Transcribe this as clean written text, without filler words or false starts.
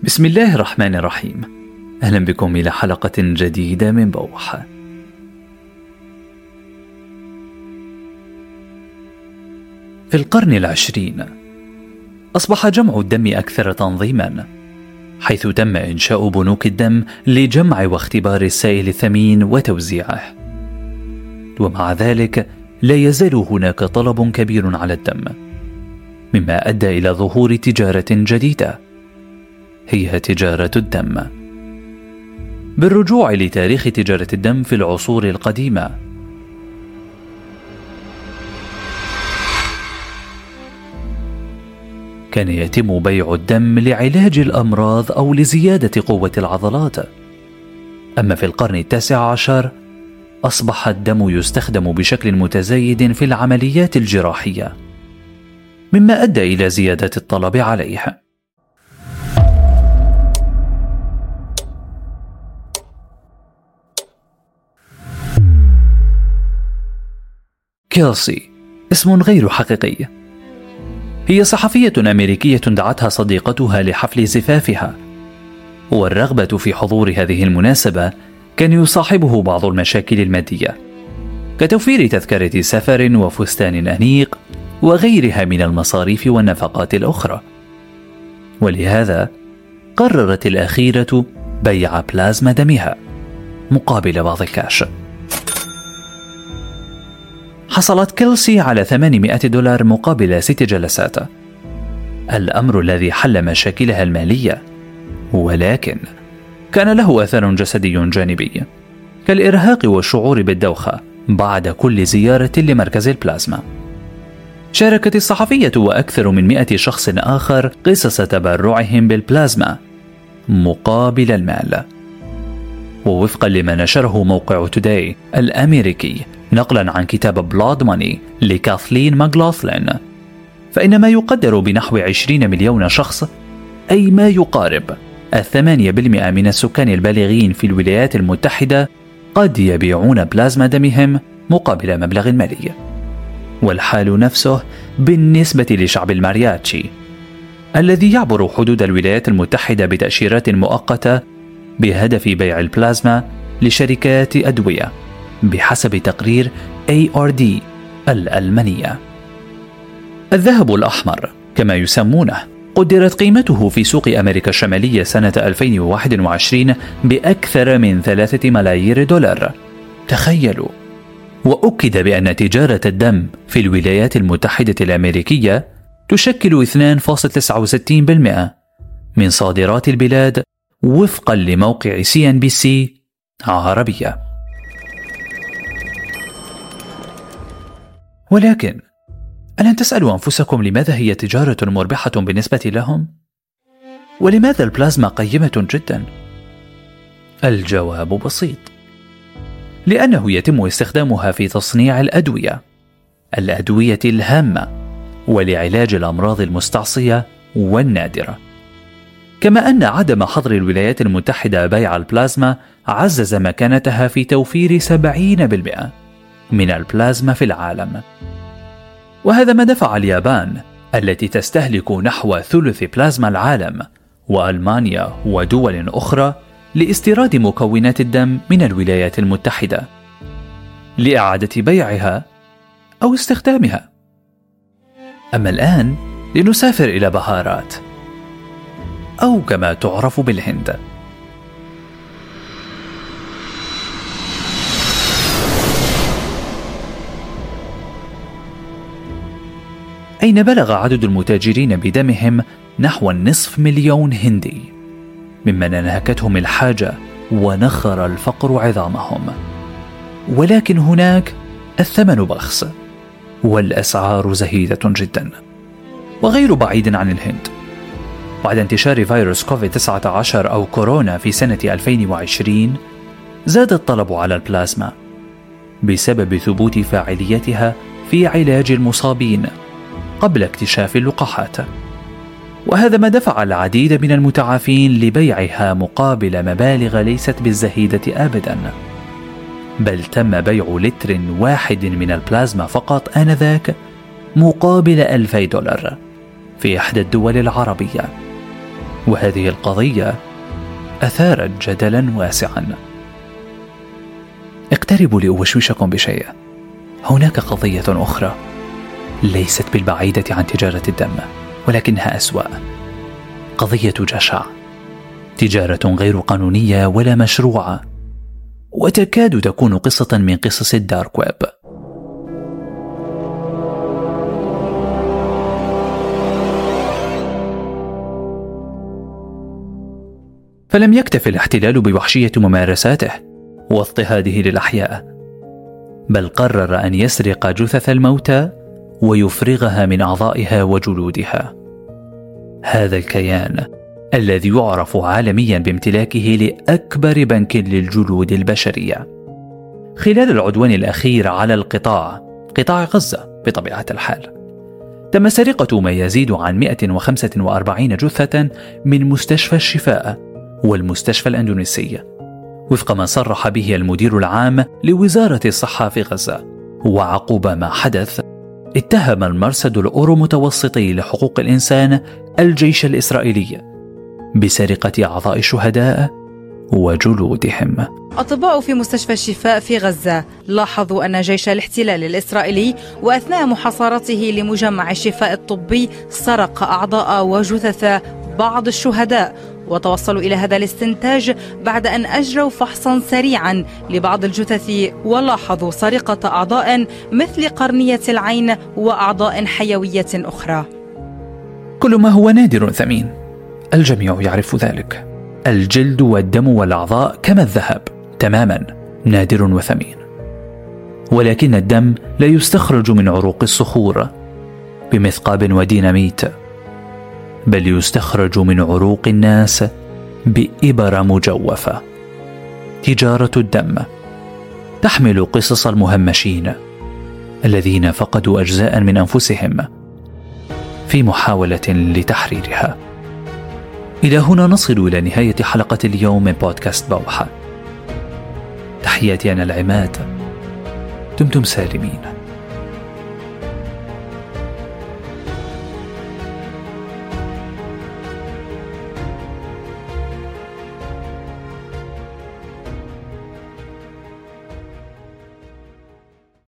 بسم الله الرحمن الرحيم. أهلا بكم إلى حلقة جديدة من بوحة. في القرن العشرين أصبح جمع الدم أكثر تنظيما، حيث تم إنشاء بنوك الدم لجمع واختبار السائل الثمين وتوزيعه. ومع ذلك لا يزال هناك طلب كبير على الدم، مما أدى إلى ظهور تجارة جديدة، هي تجارة الدم. بالرجوع لتاريخ تجارة الدم في العصور القديمة، كان يتم بيع الدم لعلاج الأمراض أو لزيادة قوة العضلات. أما في القرن التاسع عشر أصبح الدم يستخدم بشكل متزايد في العمليات الجراحية، مما أدى إلى زيادة الطلب عليه. كيلسي، اسم غير حقيقي، هي صحفية أمريكية دعتها صديقتها لحفل زفافها، والرغبة في حضور هذه المناسبة كان يصاحبه بعض المشاكل المادية، كتوفير تذكرة سفر وفستان أنيق وغيرها من المصاريف والنفقات الأخرى. ولهذا قررت الأخيرة بيع بلازما دمها مقابل بعض الكاش. حصلت كيلسي على $800 مقابل 6 جلسات، الأمر الذي حل مشاكلها المالية، ولكن كان له أثر جسدي جانبي كالإرهاق والشعور بالدوخة بعد كل زيارة لمركز البلازما. شاركت الصحفية وأكثر من 100 شخص آخر قصص تبرعهم بالبلازما مقابل المال. ووفقا لما نشره موقع توداي الأمريكي نقلا عن كتاب بلاد ماني لكاثلين ماغلوثلين، فإن ما يقدر بنحو 20 مليون شخص، أي ما يقارب 8% من السكان البالغين في الولايات المتحدة، قد يبيعون بلازما دمهم مقابل مبلغ مالي. والحال نفسه بالنسبة لشعب المارياتشي الذي يعبر حدود الولايات المتحدة بتأشيرات مؤقتة بهدف بيع البلازما لشركات أدوية بحسب تقرير ARD الألمانية. الذهب الأحمر كما يسمونه قدرت قيمته في سوق أمريكا الشمالية سنة 2021 بأكثر من $3 ملايير. تخيلوا. وأكد بأن تجارة الدم في الولايات المتحدة الأمريكية تشكل 2.69% من صادرات البلاد، وفقا لموقع CNBC عربية. ولكن ألن تسألوا أنفسكم لماذا هي تجارة مربحة بالنسبة لهم؟ ولماذا البلازما قيمة جدا؟ الجواب بسيط، لأنه يتم استخدامها في تصنيع الأدوية الهامة ولعلاج الأمراض المستعصية والنادرة. كما أن عدم حظر الولايات المتحدة بيع البلازما عزز مكانتها في توفير 70% من البلازما في العالم. وهذا ما دفع اليابان التي تستهلك نحو ثلث بلازما العالم وألمانيا ودول أخرى لاستيراد مكونات الدم من الولايات المتحدة لإعادة بيعها أو استخدامها. أما الآن لنسافر إلى بهارات، أو كما تعرف بالهند. أين بلغ عدد المتاجرين بدمهم نحو 500,000 هندي، ممن انهكتهم الحاجة ونخر الفقر عظامهم. ولكن هناك الثمن بخس والأسعار زهيدة جدا. وغير بعيد عن الهند، بعد انتشار فيروس كوفيد-19 أو كورونا في سنة 2020 زاد الطلب على البلازما بسبب ثبوت فاعليتها في علاج المصابين قبل اكتشاف اللقاحات. وهذا ما دفع العديد من المتعافين لبيعها مقابل مبالغ ليست بالزهيدة أبدا، بل تم بيع لتر واحد من البلازما فقط آنذاك مقابل $2,000 في إحدى الدول العربية. وهذه القضية أثارت جدلا واسعا. اقتربوا لأوشوشكم بشيء. هناك قضية أخرى ليست بالبعيدة عن تجارة الدم، ولكنها أسوأ، قضية جشع، تجارة غير قانونية ولا مشروعة، وتكاد تكون قصة من قصص الدارك ويب. فلم يكتف الاحتلال بوحشية ممارساته واضطهاده للأحياء، بل قرر أن يسرق جثث الموتى ويفرغها من أعضائها وجلودها. هذا الكيان الذي يعرف عالميا بامتلاكه لأكبر بنك للجلود البشرية. خلال العدوان الأخير على قطاع غزة بطبيعة الحال، تم سرقة ما يزيد عن 145 جثة من مستشفى الشفاء والمستشفى الأندونيسي، وفق ما صرح به المدير العام لوزارة الصحة في غزة. وعقب ما حدث، اتهم المرصد الأورو-متوسطي لحقوق الإنسان الجيش الإسرائيلي بسرقة أعضاء الشهداء وجلودهم. أطباء في مستشفى الشفاء في غزة لاحظوا أن جيش الاحتلال الإسرائيلي وأثناء محاصرته لمجمع الشفاء الطبي سرق أعضاء وجثث بعض الشهداء، وتوصلوا إلى هذا الاستنتاج بعد أن أجروا فحصا سريعا لبعض الجثث، ولاحظوا سرقة أعضاء مثل قرنية العين وأعضاء حيوية أخرى. كل ما هو نادر ثمين، الجميع يعرف ذلك. الجلد والدم والأعضاء كما الذهب تماما نادر وثمين، ولكن الدم لا يستخرج من عروق الصخور بمثقاب وديناميت، بل يستخرج من عروق الناس بإبر مجوفة. تجارة الدم تحمل قصص المهمشين الذين فقدوا أجزاء من أنفسهم في محاولة لتحريرها. إلى هنا نصل إلى نهاية حلقة اليوم من بودكاست بوحة. تحياتي أنا العماد، دمتم سالمين.